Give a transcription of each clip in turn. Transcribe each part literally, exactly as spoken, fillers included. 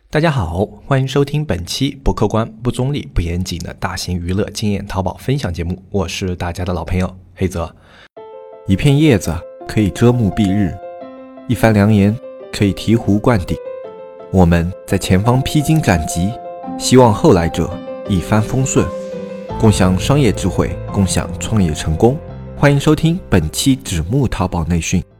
大家好，欢迎收听本期不客观、不中立、不严谨的大型娱乐经验淘宝分享节目，我是大家的老朋友黑泽。一片叶子可以遮目蔽日，一番良言可以醍醐灌顶。我们在前方披荆斩棘，希望后来者一帆风顺，共享商业智慧，共享创业成功。欢迎收听本期纸木淘宝内训。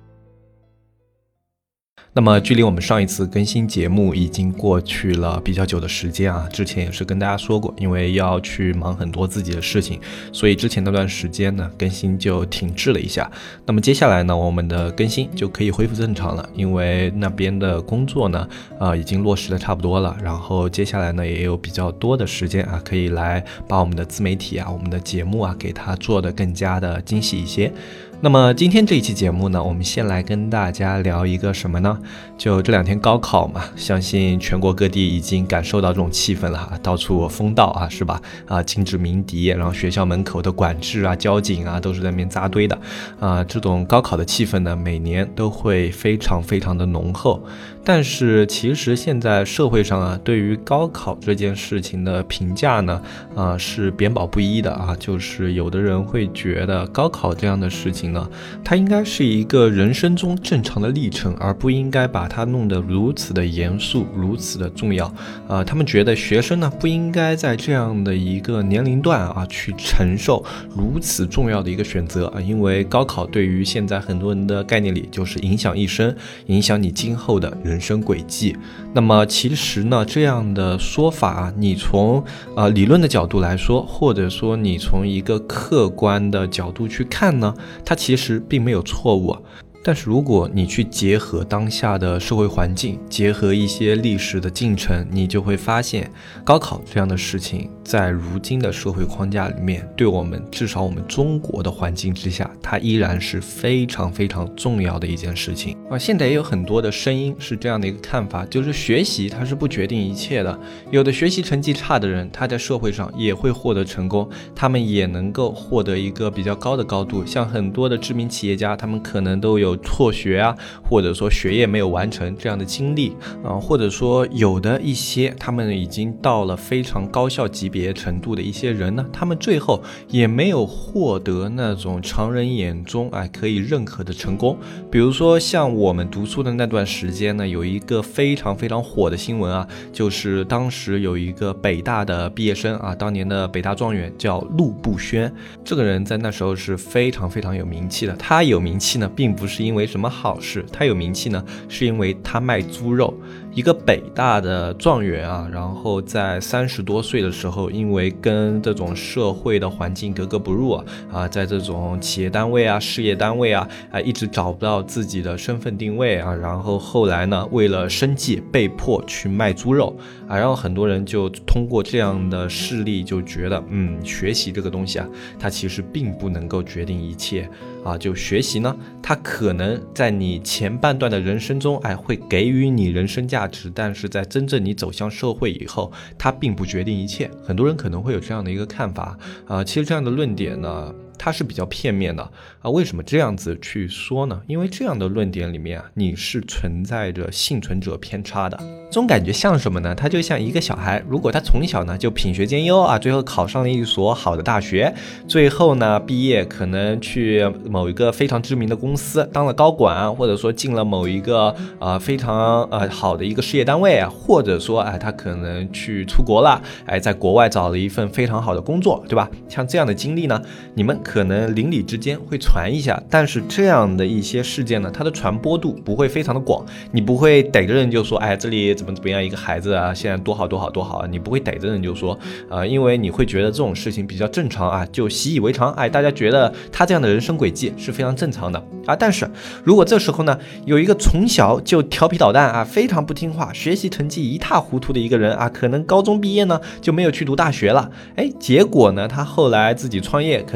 那么距离我们上一次更新节目已经过去了比较久的时间啊，之前也是跟大家说过，因为要去忙很多自己的事情，所以之前那段时间呢更新就停滞了一下。那么接下来呢，我们的更新就可以恢复正常了，因为那边的工作呢呃已经落实的差不多了，然后接下来呢也有比较多的时间啊，可以来把我们的自媒体啊，我们的节目啊给它做得更加的精细一些。那么今天这一期节目呢，我们先来跟大家聊一个什么呢？就这两天高考嘛，相信全国各地已经感受到这种气氛了，到处封道啊，是吧？啊，禁止鸣笛，然后学校门口的管制啊、交警啊，都是在那边扎堆的。啊，这种高考的气氛呢，每年都会非常非常的浓厚。但是其实现在社会上啊，对于高考这件事情的评价呢，啊是贬褒不一的啊。就是有的人会觉得高考这样的事情呢，它应该是一个人生中正常的历程，而不应该把它弄得如此的严肃，如此的重要。呃，他们觉得学生呢不应该在这样的一个年龄段啊去承受如此重要的一个选择啊，因为高考对于现在很多人的概念里就是影响一生，影响你今后的人生轨迹。那么其实呢，这样的说法啊，你从呃理论的角度来说，或者说你从一个客观的角度去看呢，它其实并没有错误。但是如果你去结合当下的社会环境，结合一些历史的进程，你就会发现高考这样的事情在如今的社会框架里面，对我们至少我们中国的环境之下，它依然是非常非常重要的一件事情啊。现在也有很多的声音是这样的一个看法，就是学习它是不决定一切的，有的学习成绩差的人，他在社会上也会获得成功，他们也能够获得一个比较高的高度。像很多的知名企业家，他们可能都有辍学啊，或者说学业没有完成这样的经历啊、呃，或者说有的一些他们已经到了非常高校级别程度的一些人呢，他们最后也没有获得那种常人眼中哎可以认可的成功。比如说像我们读书的那段时间呢，有一个非常非常火的新闻啊，就是当时有一个北大的毕业生啊，当年的北大状元叫陆步轩，这个人在那时候是非常非常有名气的。他有名气呢，并不是因为什么好事，他有名气呢，是因为他卖猪肉。一个北大的状元啊，然后在三十多岁的时候，因为跟这种社会的环境格格不入啊，啊在这种企业单位啊、事业单位啊，啊一直找不到自己的身份定位啊，然后后来呢，为了生计被迫去卖猪肉啊，然后很多人就通过这样的事例就觉得，嗯，学习这个东西啊，它其实并不能够决定一切啊，就学习呢，它可能在你前半段的人生中，哎，会给予你人生价值，但是在真正你走向社会以后，它并不决定一切。很多人可能会有这样的一个看法啊，其实这样的论点呢，它是比较片面的啊。为什么这样子去说呢？因为这样的论点里面啊，你是存在着幸存者偏差的。这种感觉像什么呢？它就像一个小孩，如果他从小呢就品学兼优啊，最后考上了一所好的大学，最后呢毕业可能去某一个非常知名的公司当了高管，或者说进了某一个呃非常呃好的一个事业单位啊，或者说哎他可能去出国了，哎在国外找了一份非常好的工作，对吧？像这样的经历呢，你们可能邻里之间会传一下，但是这样的一些事件呢，它的传播度不会非常的广，你不会逮着人就说，哎，这里怎么怎么样一个孩子啊，现在多好多好多好啊，你不会逮着人就说，呃，因为你会觉得这种事情比较正常啊，就习以为常，哎，大家觉得他这样的人生轨迹是非常正常的啊。但是如果这时候呢，有一个从小就调皮捣蛋啊，非常不听话，学习成绩一塌糊涂的一个人啊，可能高中毕业呢就没有去读大学了，哎，结果呢，他后来自己创业，可能办了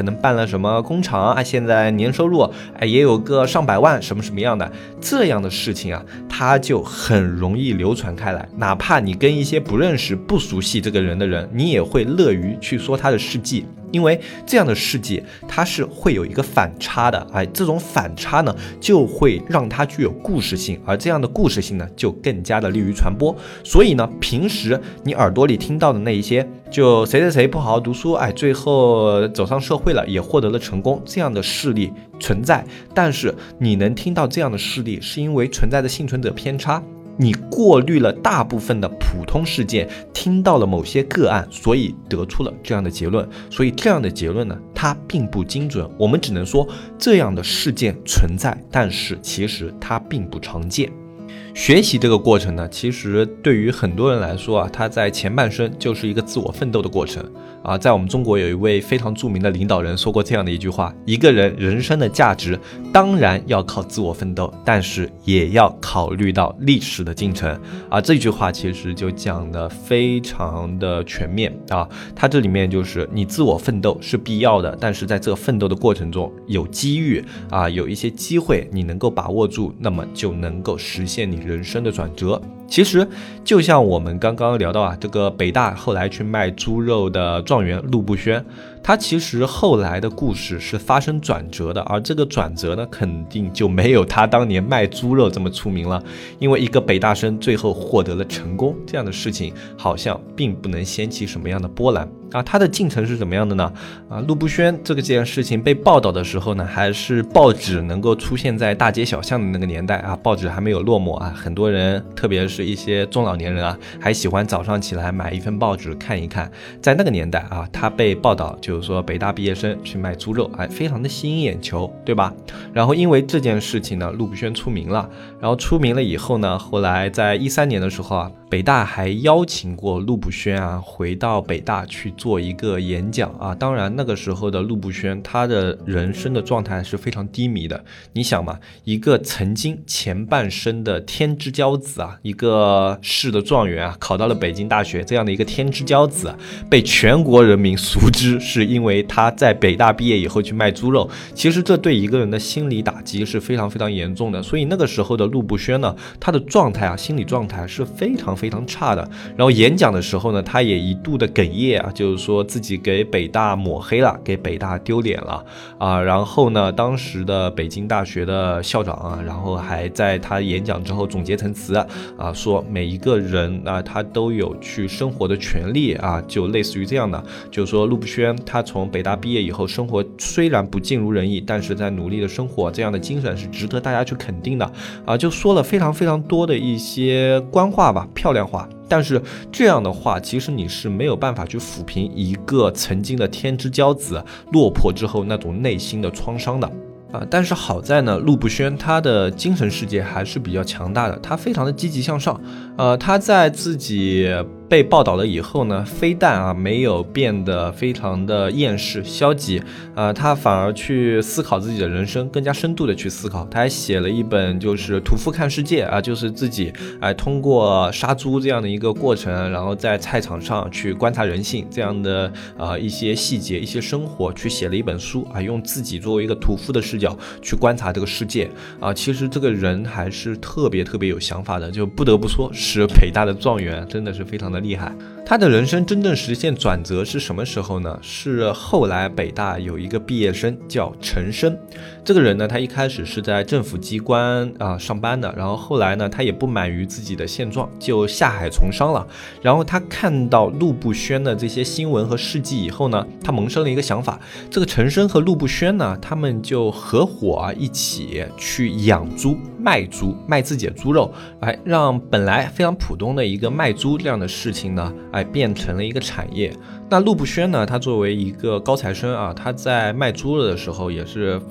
了什么工厂啊，现在年收入哎也有个上百万，什么什么样的这样的事情啊，它就很容易流传开来。哪怕你跟一些不认识、不熟悉这个人的人，你也会乐于去说他的事迹。因为这样的事迹它是会有一个反差的，哎，这种反差呢就会让它具有故事性，而这样的故事性呢就更加的利于传播。所以呢，平时你耳朵里听到的那一些，就谁谁谁不好好读书，哎，最后走上社会了，也获得了成功，这样的事例存在。但是你能听到这样的事例，是因为存在的幸存者偏差。你过滤了大部分的普通事件，听到了某些个案，所以得出了这样的结论。所以这样的结论呢，它并不精准，我们只能说这样的事件存在，但是其实它并不常见。学习这个过程呢，其实对于很多人来说啊，它在前半生就是一个自我奋斗的过程啊。在我们中国有一位非常著名的领导人说过这样的一句话：一个人人生的价值当然要靠自我奋斗，但是也要考虑到历史的进程啊。这句话其实就讲得非常的全面啊。它这里面就是你自我奋斗是必要的，但是在这个奋斗的过程中有机遇啊，有一些机会你能够把握住，那么就能够实现你人生的转折。其实就像我们刚刚聊到啊，这个北大后来去卖猪肉的状元陆步轩，他其实后来的故事是发生转折的，而这个转折呢，肯定就没有他当年卖猪肉这么出名了。因为一个北大生最后获得了成功，这样的事情好像并不能掀起什么样的波澜啊。他的进程是怎么样的呢？啊，陆步轩这个件事情被报道的时候呢，还是报纸能够出现在大街小巷的那个年代啊，报纸还没有落寞啊，很多人特别是一些中老年人啊，还喜欢早上起来买一份报纸看一看。在那个年代啊，他被报道就是说北大毕业生去卖猪肉，哎，非常的吸引眼球，对吧？然后因为这件事情呢，陆步轩出名了，然后出名了以后呢，后来在一三年的时候啊，北大还邀请过陆步轩啊回到北大去做一个演讲啊。当然那个时候的陆步轩，他的人生的状态是非常低迷的。你想嘛，一个曾经前半生的天之骄子啊，一个市的状元啊，考到了北京大学，这样的一个天之骄子啊，被全国人民熟知是因为他在北大毕业以后去卖猪肉。其实这对一个人的心理打击是非常非常严重的。所以那个时候的陆步轩呢，他的状态啊，心理状态是非常非常差的。然后演讲的时候呢，他也一度的哽咽啊，就是说自己给北大抹黑了，给北大丢脸了啊。然后呢，当时的北京大学的校长啊，然后还在他演讲之后总结成词啊，说每一个人啊，他都有去生活的权利啊，就类似于这样的，就是说陆步轩他从北大毕业以后，生活虽然不尽如人意，但是在努力的生活，这样的精神是值得大家去肯定的啊。就说了非常非常多的一些官话吧，漂亮话。但是这样的话，其实你是没有办法去抚平一个曾经的天之骄子落魄之后那种内心的创伤的啊。但是好在呢，陆步轩他的精神世界还是比较强大的，他非常的积极向上。呃，他在自己被报道了以后呢，非但啊没有变得非常的厌世消极，呃，他反而去思考自己的人生，更加深度的去思考。他还写了一本就是《屠夫看世界》啊，就是自己哎、呃、通过杀猪这样的一个过程，然后在菜场上去观察人性这样的呃一些细节、一些生活，去写了一本书啊，用自己作为一个屠夫的视角去观察这个世界啊。其实这个人还是特别特别有想法的，就不得不说是北大的状元，真的是非常的厉害。他的人生真正实现转折是什么时候呢？是后来北大有一个毕业生叫陈升，这个人呢，他一开始是在政府机关啊、呃、上班的，然后后来呢，他也不满于自己的现状，就下海从商了。然后他看到陆步轩的这些新闻和事迹以后呢，他萌生了一个想法，这个陈升和陆步轩呢，他们就合伙啊一起去养猪、卖猪、卖自己的猪肉，哎，让本来非常普通的一个卖猪这样的事情呢，哎，变成了一个产业。那陆步轩呢，他作为一个高材生啊，他在卖猪肉的时候也是非常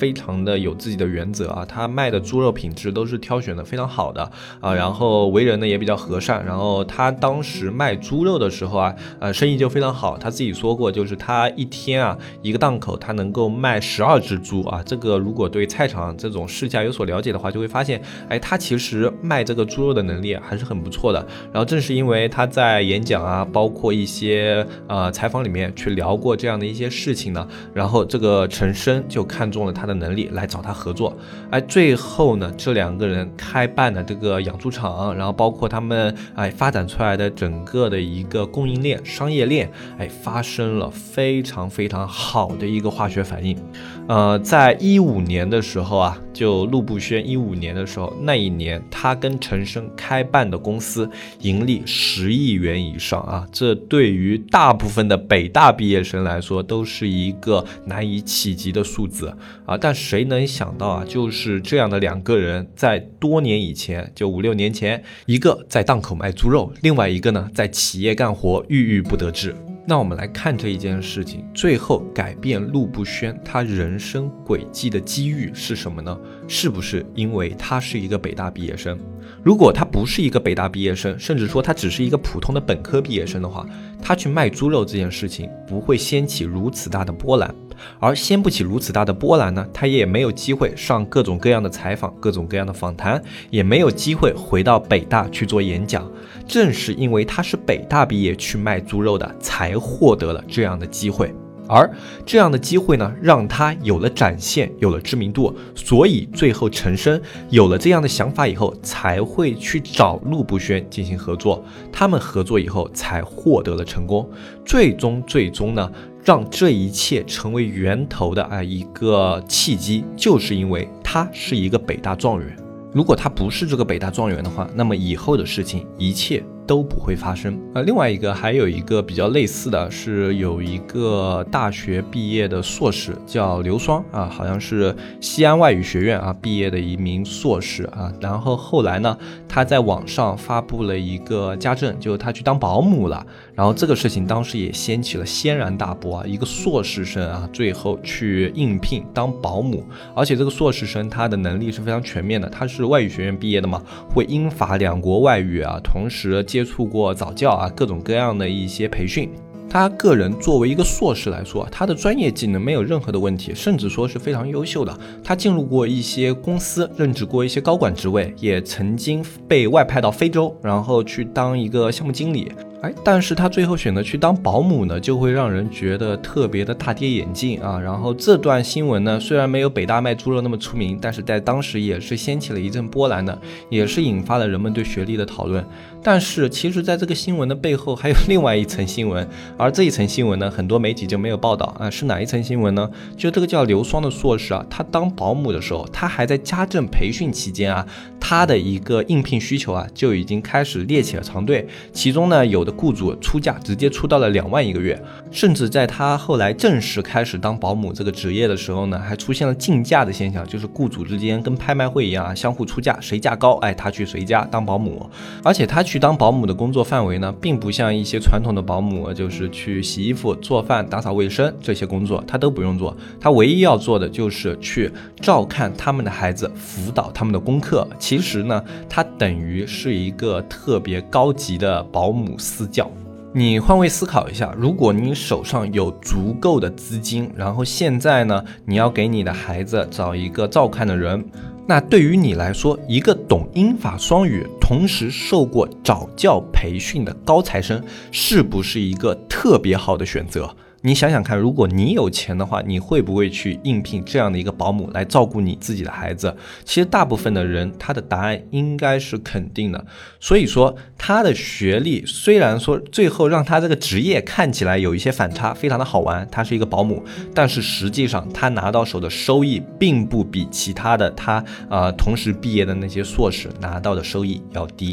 常的有自己的原则啊，他卖的猪肉品质都是挑选的非常好的啊，然后为人呢也比较和善，然后他当时卖猪肉的时候啊，呃，生意就非常好。他自己说过，就是他一天啊一个档口他能够卖十二只猪啊，这个如果对菜场这种市价有所了解的话，就会发现，哎，他其实卖这个猪肉的能力还是很不错的。然后正是因为他在演讲啊，包括一些呃采访里面去聊过这样的一些事情呢，然后这个陈升就看中了他的能力来找他合作。哎，最后呢，这两个人开办了这个养猪场，然后包括他们哎发展出来的整个的一个供应链、商业链，哎，发生了非常非常好的一个化学反应。呃，在一五年的时候啊，就陆步轩一五年的时候，那一年他跟陈升开办的公司盈利十亿元以上啊，这对于大部分的北大毕业生来说都是一个难以企及的数字啊。但谁能想到啊，就是这样的两个人在多年以前，就五六年前，一个在档口卖猪肉，另外一个呢在企业干活，郁郁不得志。那我们来看这一件事情，最后改变陆步轩他人生轨迹的机遇是什么呢？是不是因为他是一个北大毕业生？如果他不是一个北大毕业生，甚至说他只是一个普通的本科毕业生的话，他去卖猪肉这件事情不会掀起如此大的波澜。而掀不起如此大的波澜呢，他也没有机会上各种各样的采访，各种各样的访谈，也没有机会回到北大去做演讲。正是因为他是北大毕业去卖猪肉的，才获得了这样的机会。而这样的机会呢，让他有了展现，有了知名度，所以最后陈升有了这样的想法以后，才会去找陆步轩进行合作。他们合作以后，才获得了成功。最终，最终呢，让这一切成为源头的啊一个契机，就是因为他是一个北大状元。如果他不是这个北大状元的话，那么以后的事情一切都不会发生。呃，另外一个还有一个比较类似的是，有一个大学毕业的硕士叫刘双啊，好像是西安外语学院啊毕业的一名硕士啊。然后后来呢，他在网上发布了一个家政，就是他去当保姆了。然后这个事情当时也掀起了轩然大波啊，一个硕士生啊，最后去应聘当保姆，而且这个硕士生他的能力是非常全面的，他是外语学院毕业的嘛，会英法两国外语啊，同时接触过早教啊，各种各样的一些培训。他个人作为一个硕士来说，他的专业技能没有任何的问题，甚至说是非常优秀的。他进入过一些公司，任职过一些高管职位，也曾经被外派到非洲，然后去当一个项目经理。哎，但是他最后选择去当保姆呢，就会让人觉得特别的大跌眼镜啊。然后这段新闻呢，虽然没有北大卖猪肉那么出名，但是在当时也是掀起了一阵波澜的，也是引发了人们对学历的讨论。但是其实在这个新闻的背后还有另外一层新闻，而这一层新闻呢，很多媒体就没有报道啊。是哪一层新闻呢？就这个叫刘双的硕士啊，他当保姆的时候，他还在家政培训期间啊，他的一个应聘需求啊就已经开始列起了长队，其中呢有的雇主出价直接出到了两万一个月，甚至在他后来正式开始当保姆这个职业的时候呢，还出现了竞价的现象，就是雇主之间跟拍卖会一样啊，相互出价，谁价高，哎，他去谁家当保姆。而且他去当保姆的工作范围呢，并不像一些传统的保姆，就是去洗衣服、做饭、打扫卫生这些工作他都不用做，他唯一要做的就是去照看他们的孩子，辅导他们的功课。其实呢，他等于是一个特别高级的保姆私教。你换位思考一下，如果你手上有足够的资金，然后现在呢，你要给你的孩子找一个照看的人，那对于你来说，一个懂英法双语，同时受过早教培训的高材生，是不是一个特别好的选择？你想想看，如果你有钱的话，你会不会去应聘这样的一个保姆来照顾你自己的孩子？其实大部分的人他的答案应该是肯定的。所以说他的学历虽然说最后让他这个职业看起来有一些反差，非常的好玩，他是一个保姆，但是实际上他拿到手的收益并不比其他的他呃同时毕业的那些硕士拿到的收益要低。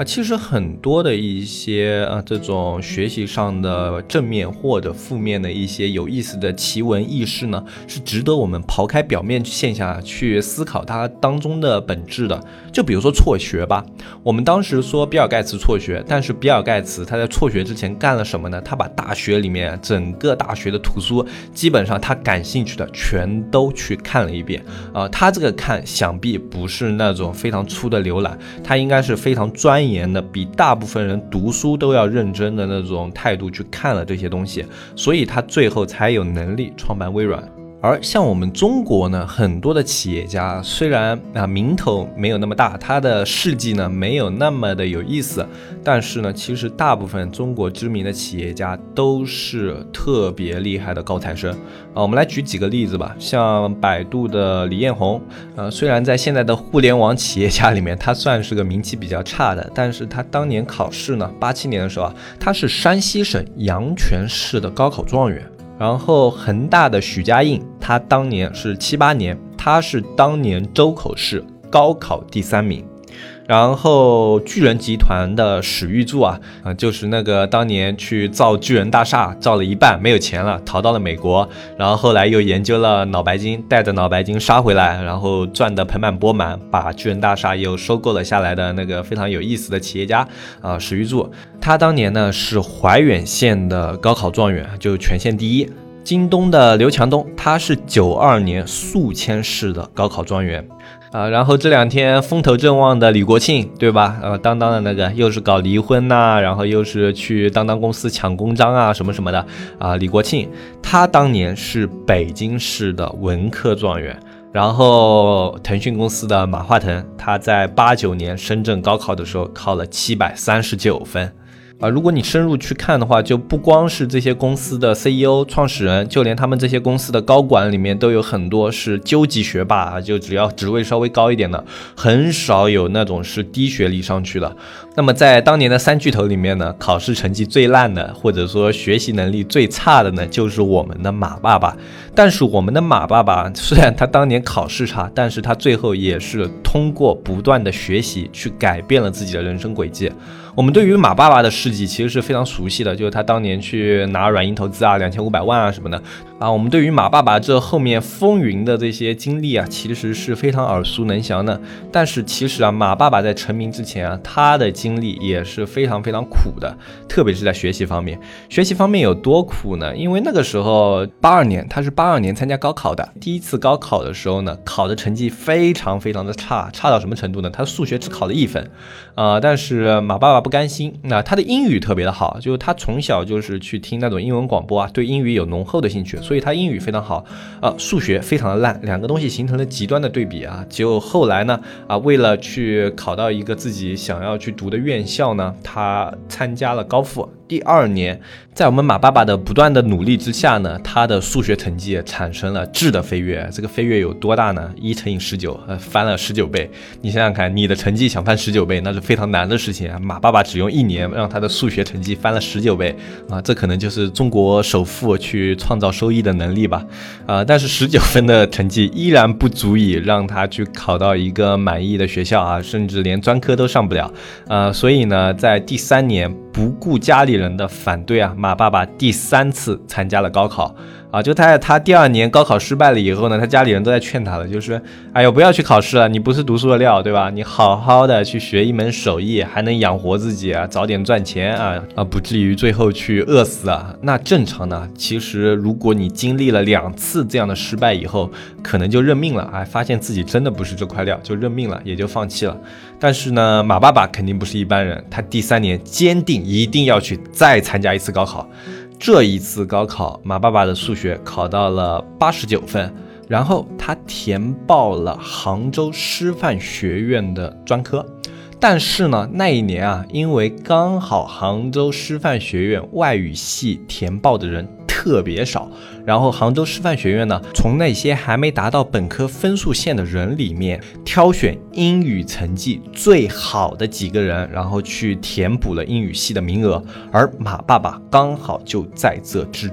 啊，其实很多的一些啊这种学习上的正面或者负面的一些有意思的奇闻异事呢，是值得我们刨开表面现象去思考它当中的本质的。就比如说辍学吧，我们当时说比尔盖茨辍学，但是比尔盖茨他在辍学之前干了什么呢？他把大学里面整个大学的图书，基本上他感兴趣的全都去看了一遍。呃，他这个看想必不是那种非常粗的浏览，他应该是非常专研的，比大部分人读书都要认真的那种态度去看了这些东西，所以他最后才有能力创办微软。而像我们中国呢，很多的企业家虽然啊名头没有那么大，他的事迹呢没有那么的有意思，但是呢，其实大部分中国知名的企业家都是特别厉害的高材生啊。我们来举几个例子吧，像百度的李彦宏，呃，虽然在现在的互联网企业家里面，他算是个名气比较差的，但是他当年考试呢，八七年的时候啊，他是山西省阳泉市的高考状元。然后恒大的许家印，他当年是七八年，他是当年周口市高考第三名。然后巨人集团的史玉柱啊，呃、就是那个当年去造巨人大厦，造了一半没有钱了，逃到了美国，然后后来又研究了脑白金，带着脑白金杀回来，然后赚得盆满钵满，把巨人大厦又收购了下来的那个非常有意思的企业家啊、呃，史玉柱，他当年呢是怀远县的高考状元，就全县第一。京东的刘强东，他是九二年宿迁市的高考状元。啊，然后这两天风头正旺的李国庆，对吧？呃，当当的那个又是搞离婚呐、啊，然后又是去当当公司抢公章啊，什么什么的啊。李国庆他当年是北京市的文科状元，然后腾讯公司的马化腾，他在八九年深圳高考的时候考了七百三十九分。啊，如果你深入去看的话，就不光是这些公司的 C E O 创始人，就连他们这些公司的高管里面都有很多是究极学霸啊，就只要职位稍微高一点的，很少有那种是低学历上去的。那么在当年的三巨头里面呢，考试成绩最烂的，或者说学习能力最差的呢，就是我们的马爸爸。但是我们的马爸爸虽然他当年考试差，但是他最后也是通过不断的学习去改变了自己的人生轨迹。我们对于马爸爸的事迹其实是非常熟悉的，就是他当年去拿软银投资啊，两千五百万啊什么的啊。我们对于马爸爸这后面风云的这些经历啊，其实是非常耳熟能详的。但是其实啊，马爸爸在成名之前啊，他的经历也是非常非常苦的，特别是在学习方面。学习方面有多苦呢？因为那个时候八二年，他是八二年参加高考的，第一次高考的时候呢，考的成绩非常非常的差，差到什么程度呢？他数学只考了一分，啊、呃，但是马爸爸不甘心，那他的英语特别的好，就是他从小就是去听那种英文广播啊，对英语有浓厚的兴趣，所以他英语非常好，呃，数学非常的烂，两个东西形成了极端的对比啊。结果后来呢，啊，为了去考到一个自己想要去读的院校呢，他参加了高复。第二年，在我们马爸爸的不断的努力之下呢，他的数学成绩产生了质的飞跃。这个飞跃有多大呢？一乘以十九，呃，翻了十九倍。你想想看，你的成绩想翻十九倍，那是非常难的事情啊。马爸爸只用一年让他的数学成绩翻了十九倍啊，这可能就是中国首富去创造收益的能力吧。啊，但是十九分的成绩依然不足以让他去考到一个满意的学校啊，甚至连专科都上不了。啊，所以呢，在第三年不顾家里人的反对啊，马爸爸第三次参加了高考啊。就他他第二年高考失败了以后呢，他家里人都在劝他了，就是哎呦不要去考试了，你不是读书的料，对吧？你好好的去学一门手艺，还能养活自己啊，早点赚钱啊啊，不至于最后去饿死啊。那正常呢，其实如果你经历了两次这样的失败以后，可能就认命了，哎，发现自己真的不是这块料，就认命了，也就放弃了。但是呢，马爸爸肯定不是一般人，他第三年坚定一定要去再参加一次高考。这一次高考，马爸爸的数学考到了八十九分，然后他填报了杭州师范学院的专科。但是呢，那一年啊，因为刚好杭州师范学院外语系填报的人特别少，然后杭州师范学院呢，从那些还没达到本科分数线的人里面挑选英语成绩最好的几个人，然后去填补了英语系的名额，而马爸爸刚好就在这之中。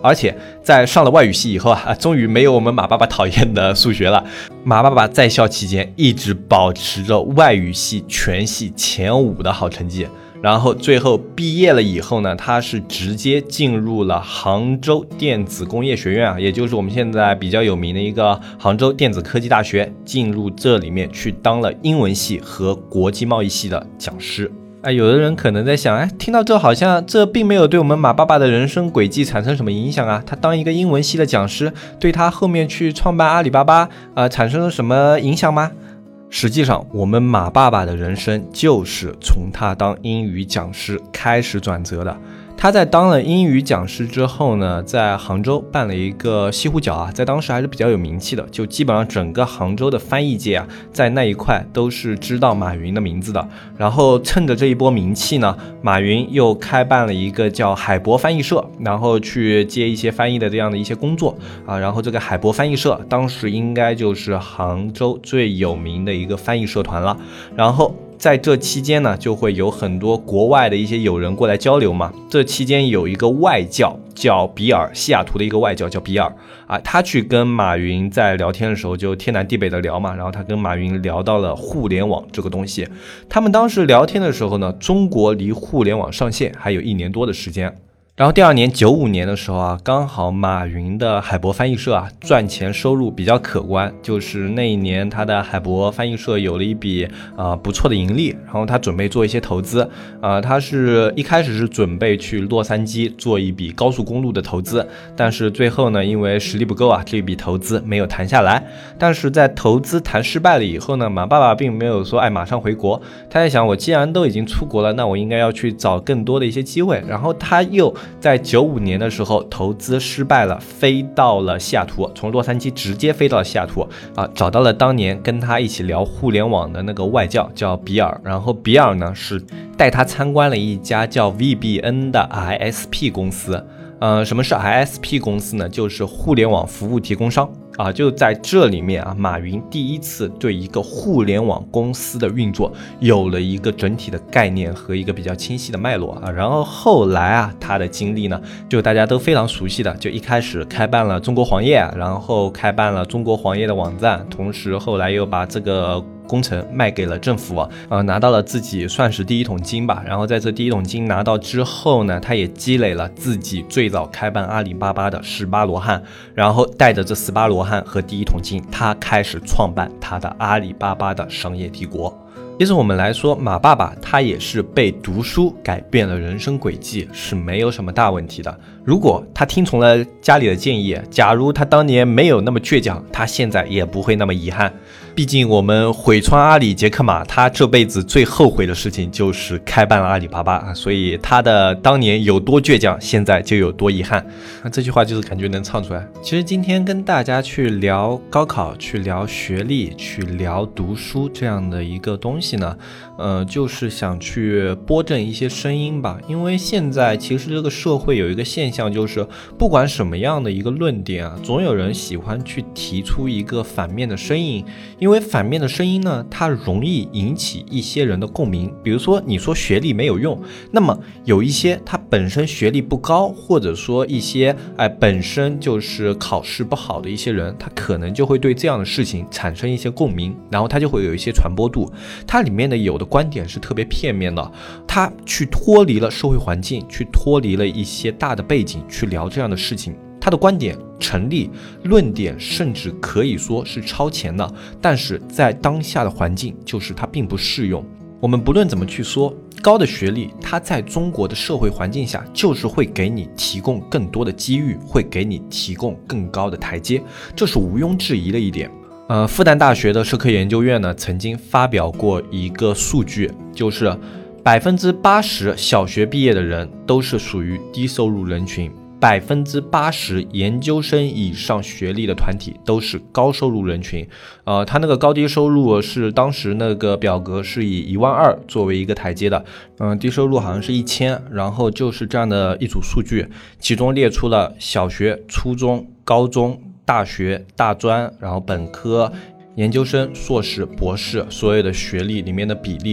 而且在上了外语系以后啊，终于没有我们马爸爸讨厌的数学了。马爸爸在校期间一直保持着外语系全系前五的好成绩，然后最后毕业了以后呢，他是直接进入了杭州电子工业学院啊，也就是我们现在比较有名的一个杭州电子科技大学，进入这里面去当了英文系和国际贸易系的讲师。哎，有的人可能在想，哎，听到这好像这并没有对我们马爸爸的人生轨迹产生什么影响啊？他当一个英文系的讲师，对他后面去创办阿里巴巴，呃，产生了什么影响吗？实际上，我们马爸爸的人生就是从他当英语讲师开始转折的。他在当了英语讲师之后呢，在杭州办了一个西湖角啊，在当时还是比较有名气的，就基本上整个杭州的翻译界啊，在那一块都是知道马云的名字的。然后趁着这一波名气呢，马云又开办了一个叫海博翻译社，然后去接一些翻译的这样的一些工作啊。然后这个海博翻译社当时应该就是杭州最有名的一个翻译社团了。然后在这期间呢，就会有很多国外的一些友人过来交流嘛。这期间有一个外教叫比尔，西雅图的一个外教叫比尔啊，他去跟马云在聊天的时候就天南地北的聊嘛，然后他跟马云聊到了互联网这个东西。他们当时聊天的时候呢，中国离互联网上线还有一年多的时间。然后第二年九五年的时候啊，刚好马云的海博翻译社啊赚钱收入比较可观，就是那一年他的海博翻译社有了一笔啊、呃、不错的盈利，然后他准备做一些投资啊、呃，他是一开始是准备去洛杉矶做一笔高速公路的投资，但是最后呢，因为实力不够啊，这笔投资没有谈下来。但是在投资谈失败了以后呢，马爸爸并没有说哎马上回国，他在想我既然都已经出国了，那我应该要去找更多的一些机会，然后他又在九五年的时候投资失败了，飞到了西雅图，从洛杉矶直接飞到了西雅图啊，找到了当年跟他一起聊互联网的那个外教叫比尔，然后比尔呢是带他参观了一家叫 V B N 的 I S P 公司。呃，什么是 I S P 公司呢？就是互联网服务提供商啊，就在这里面啊，马云第一次对一个互联网公司的运作有了一个整体的概念和一个比较清晰的脉络啊。然后后来啊，他的经历呢，就大家都非常熟悉的，就一开始开办了中国黄页，然后开办了中国黄页的网站，同时后来又把这个工程卖给了政府啊，呃，拿到了自己算是第一桶金吧。然后在这第一桶金拿到之后呢，他也积累了自己最早开办阿里巴巴的十八罗汉，然后带着这十八罗汉和第一桶金，他开始创办他的阿里巴巴的商业帝国。其实我们来说，马爸爸他也是被读书改变了人生轨迹，是没有什么大问题的。如果他听从了家里的建议，假如他当年没有那么倔强，他现在也不会那么遗憾。毕竟我们毁川阿里杰克马，他这辈子最后悔的事情就是开办了阿里巴巴，所以他的当年有多倔强，现在就有多遗憾。这句话就是感觉能唱出来。其实今天跟大家去聊高考，去聊学历，去聊读书这样的一个东西呢，呃，就是想去拨正一些声音吧。因为现在其实这个社会有一个现象，就是不管什么样的一个论点啊，总有人喜欢去提出一个反面的声音。因为反面的声音呢，它容易引起一些人的共鸣。比如说你说学历没有用，那么有一些他本身学历不高，或者说一些哎本身就是考试不好的一些人，他可能就会对这样的事情产生一些共鸣，然后他就会有一些传播度。它里面的有的观点是特别片面的，他去脱离了社会环境，去脱离了一些大的背景去聊这样的事情。他的观点成立，论点甚至可以说是超前的，但是在当下的环境，就是它并不适用。我们不论怎么去说，高的学历，它在中国的社会环境下，就是会给你提供更多的机遇，会给你提供更高的台阶，这是毋庸置疑的一点。呃，复旦大学的社科研究院呢，曾经发表过一个数据，就是百分之八十小学毕业的人都是属于低收入人群。百分之八十研究生以上学历的团体都是高收入人群，呃，他那个高低收入是当时那个表格是以一万二作为一个台阶的，嗯、呃，低收入好像是一千，然后就是这样的一组数据，其中列出了小学、初中、高中、大学、大专，然后本科、研究生、硕士、博士所有的学历里面的比例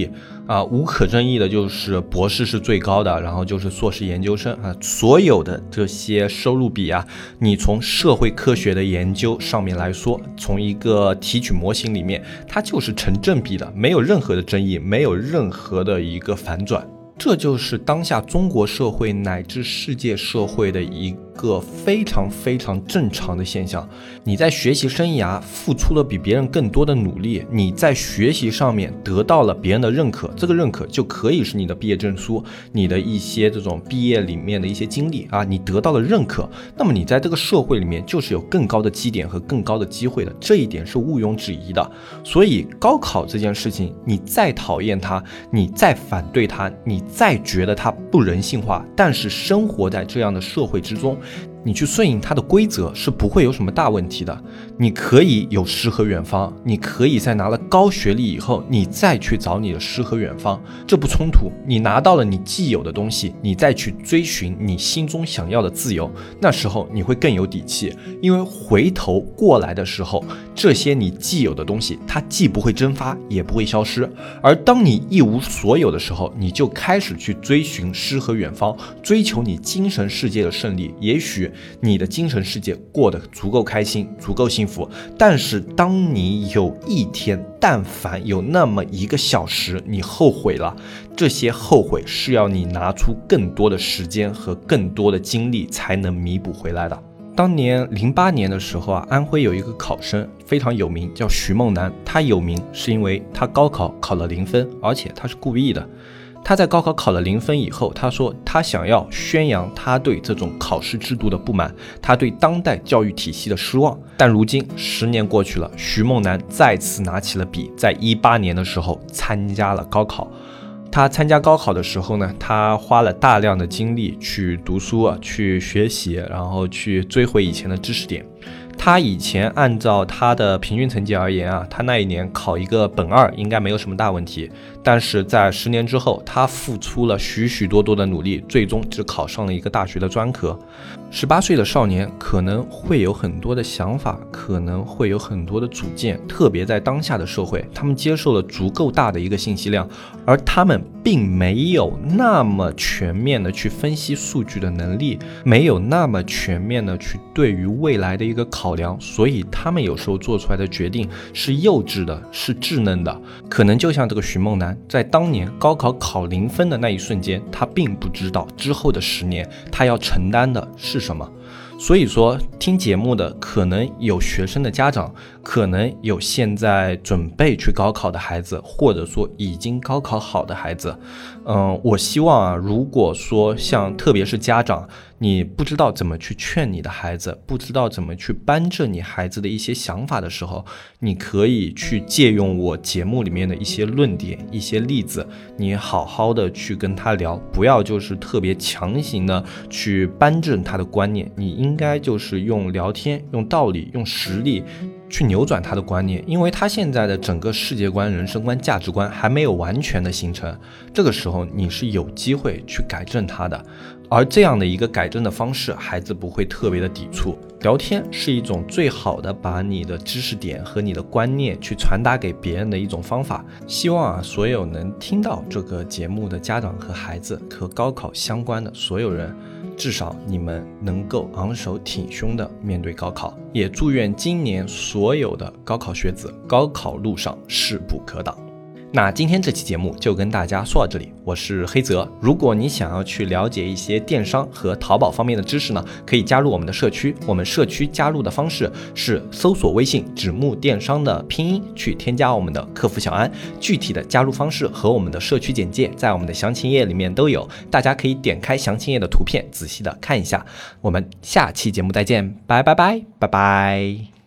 啊，无可争议的就是博士是最高的，然后就是硕士研究生啊，所有的这些收入比啊，你从社会科学的研究上面来说，从一个提取模型里面，它就是成正比的，没有任何的争议，没有任何的一个反转。这就是当下中国社会乃至世界社会的一个非常非常正常的现象。你在学习生涯付出了比别人更多的努力，你在学习上面得到了别人的认可，这个认可就可以是你的毕业证书，你的一些这种毕业里面的一些经历啊，你得到了认可，那么你在这个社会里面就是有更高的基点和更高的机会的，这一点是毋庸置疑的。所以高考这件事情，你再讨厌它，你再反对它，你再觉得它不人性化，但是生活在这样的社会之中，你去顺应它的规则是不会有什么大问题的。你可以有诗和远方，你可以在拿了高学历以后，你再去找你的诗和远方，这不冲突。你拿到了你既有的东西，你再去追寻你心中想要的自由，那时候你会更有底气。因为回头过来的时候，这些你既有的东西，它既不会蒸发，也不会消失。而当你一无所有的时候，你就开始去追寻诗和远方，追求你精神世界的胜利。也许你的精神世界过得足够开心，足够幸福，但是当你有一天，但凡有那么一个小时你后悔了，这些后悔是要你拿出更多的时间和更多的精力才能弥补回来的。当年零八年的时候啊，安徽有一个考生非常有名，叫徐梦楠。他有名是因为他高考考了零分，而且他是故意的。他在高考考了零分以后，他说他想要宣扬他对这种考试制度的不满，他对当代教育体系的失望。但如今十年过去了，徐梦楠再次拿起了笔，在一八年的时候参加了高考。他参加高考的时候呢，他花了大量的精力去读书啊，去学习，然后去追回以前的知识点。他以前按照他的平均成绩而言啊，他那一年考一个本二应该没有什么大问题，但是在十年之后，他付出了许许多多的努力，最终只考上了一个大学的专科。十八岁的少年可能会有很多的想法，可能会有很多的主见，特别在当下的社会，他们接受了足够大的一个信息量，而他们并没有那么全面的去分析数据的能力，没有那么全面的去对于未来的一个考量，所以他们有时候做出来的决定是幼稚的，是稚嫩的。可能就像这个徐梦楠，在当年高考考零分的那一瞬间，他并不知道之后的十年他要承担的是什么。所以说听节目的可能有学生的家长，可能有现在准备去高考的孩子，或者说已经高考好的孩子。嗯，我希望啊，如果说像特别是家长，你不知道怎么去劝你的孩子，不知道怎么去扳正你孩子的一些想法的时候，你可以去借用我节目里面的一些论点，一些例子，你好好的去跟他聊，不要就是特别强行的去扳正他的观念，你应该就是用聊天，用道理，用实力去扭转他的观念，因为他现在的整个世界观、人生观、价值观还没有完全的形成，这个时候你是有机会去改正他的。而这样的一个改正的方式，孩子不会特别的抵触。聊天是一种最好的把你的知识点和你的观念去传达给别人的一种方法。希望啊，所有能听到这个节目的家长和孩子，和高考相关的所有人，至少你们能够昂首挺胸的面对高考。也祝愿今年所有的高考学子，高考路上势不可挡。那今天这期节目就跟大家说到这里，我是黑泽。如果你想要去了解一些电商和淘宝方面的知识呢，可以加入我们的社区。我们社区加入的方式是搜索微信指木电商的拼音去添加我们的客服小安，具体的加入方式和我们的社区简介在我们的详情页里面都有，大家可以点开详情页的图片仔细的看一下。我们下期节目再见，拜拜拜拜拜。